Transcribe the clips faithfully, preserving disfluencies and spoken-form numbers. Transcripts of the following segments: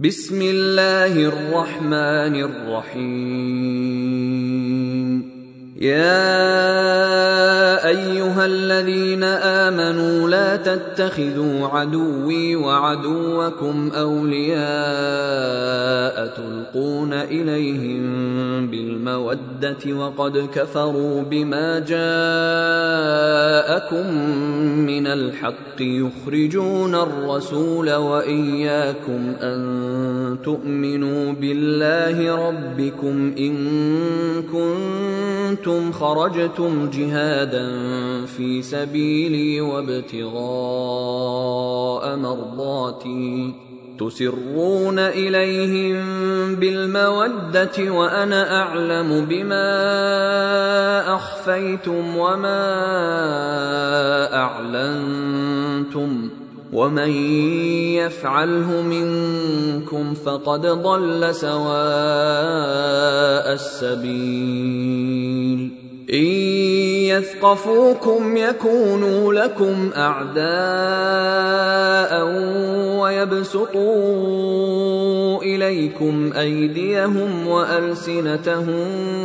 بسم الله الرحمن الرحيم. يا أيها الذين آمنوا لا تتخذوا عدوي وعدوكم أولياء تلقون إليهم بالمودة وقد كفروا بما جاءكم من الحق يخرجون الرسول وإياكم أن تؤمنوا بالله ربكم إن كنتم خرجتم جهادا في سبيلي وابتغاء مرضاتي تسرون إليهم بالمودة وأنا أعلم بما أخفيتم وما أعلنتم ومن يفعله منكم فقد ضل سواء السبيل. إن يثقفوكم يكونوا لكم أعداء ويبسطوا إليكم أيديهم وألسنتهم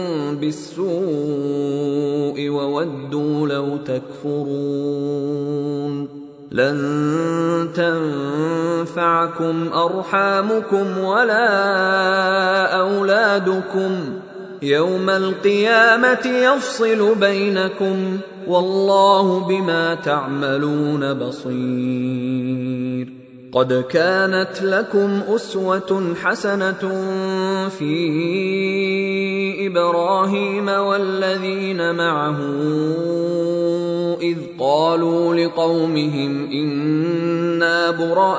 بالسوء وودوا لو تكفرون. لن تنفعكم أرحامكم ولا أولادكم يوم القيامة يفصل بينكم والله بما تعملون بصير. قد كانت لكم أسوة حسنة في إبراهيم والذين معه إذ قالوا لقومهم إنا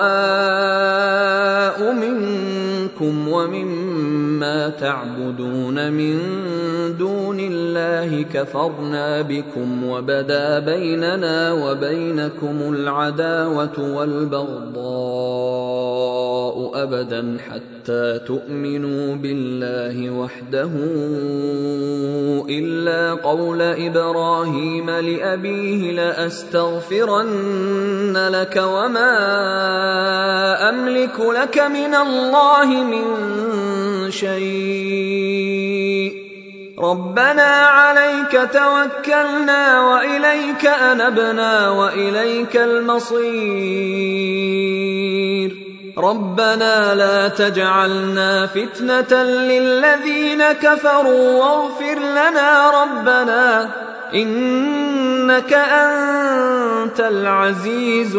براء منكم ومما تعبدون من دون الله كفرنا بكم وبدا بيننا وبينكم العداوة والبغضاء أبدا حتى تؤمنوا بالله وحده إلا قول إبراهيم لأبيه لأستغفرن لك وما أملك لك من الله من شيء ربنا عليك توكلنا وإليك أنبنا وإليك المصير. ربنا لا تجعلنا فتنة للذين كفروا واغفر لنا ربنا إنك أنت العزيز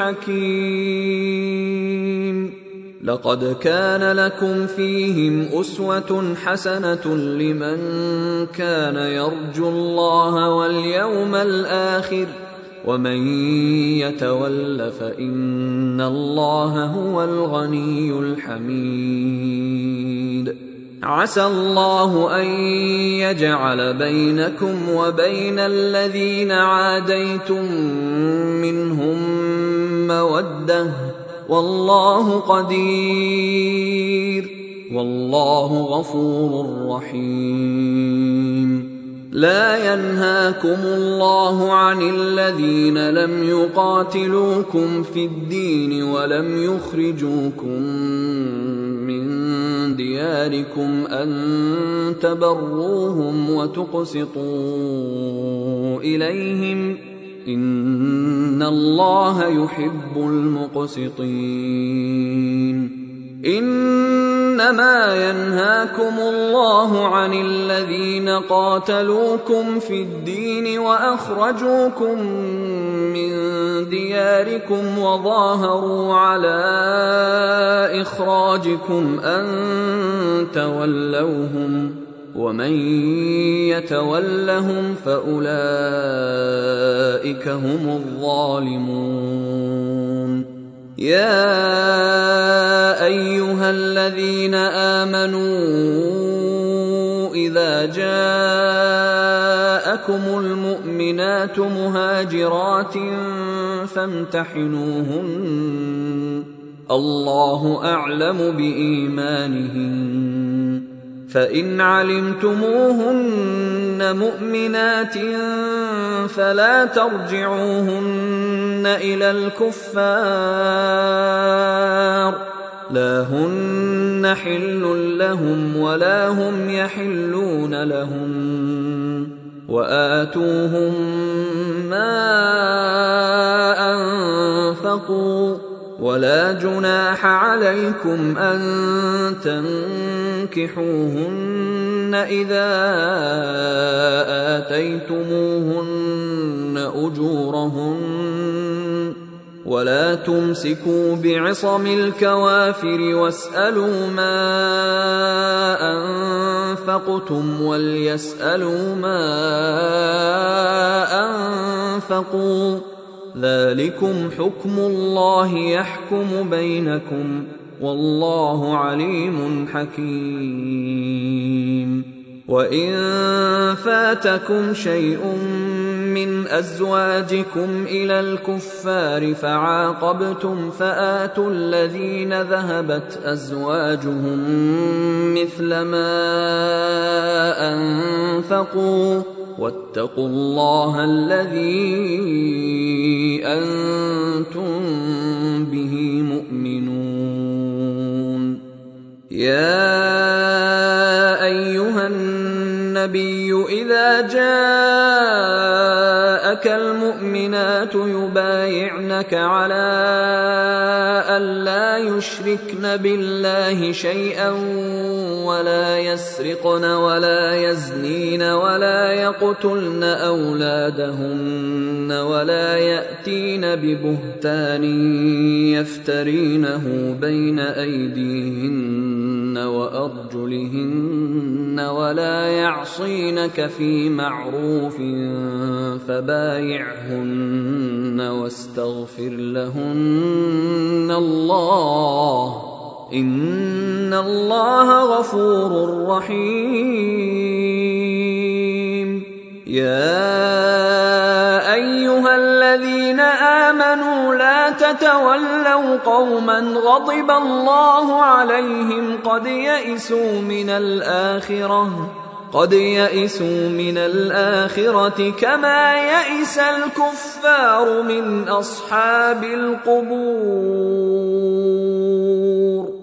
الحكيم. لقد كان لكم فيهم أسوة حسنة لمن كان يرجو الله واليوم الآخر ومن يتول فإن الله هو الغني الحميد. عسى الله أن يجعل بينكم وبين الذين عاديتم منهم مودة والله قدير والله غفور رحيم. لا ينهاكم الله عن الذين لم يقاتلوكم في الدين ولم يخرجوكم من دياركم أن تبروهم وتقسطوا إليهم إن الله يحب المقسطين. إنما ينهاكم الله عن الذين قاتلوكم في الدين وأخرجوكم من دياركم وظاهروا على إخراجكم أن تولوهم ومن يتولهم فأولئك هم الظالمون. يا أيها الذين آمنوا إذا جاءكم المؤمنات مهاجرات فامتحنوهن الله أعلم بإيمانهن فإن علمتموهن مؤمنات فلا ترجعوهن إلى الكفار لا هن حل لهم ولا هم يحلون لهم وآتوهم ما أنفقوا ولا جناح عليكم أن تنكحوهن إذا آتيتموهن أجورهن ولا تمسكوا بعصم الكوافر واسألوا ما أنفقتم وليسألوا ما أنفقوا ذلكم حكم الله يحكم بينكم والله عليم حكيم. وإن فاتكم شيء من أزواجكم إلى الكفار فعاقبتم فآتوا الذين ذهبت أزواجهم مثل ما أنفقوا واتقوا الله الذي أنتم به مؤمنون. يا أيها النبي إذا جاءك المؤمنات يبايعنك على ألا يشركن بالله شيئا ولا يسرقن ولا يزنين ولا يقتلن أولادهن ولا يأتين ببهتان يفترينه بين أيديهن وأرجلهن ولا يعصينك في معروف فبايعهن واستغفر لهن الله إن الله غفور رحيم. يا أيها الذين آمنوا لا تتولوا قوما غضب الله عليهم قد يئسوا من الآخرة قد يئسوا من الآخرة كما يئس الكفار من أصحاب القبور.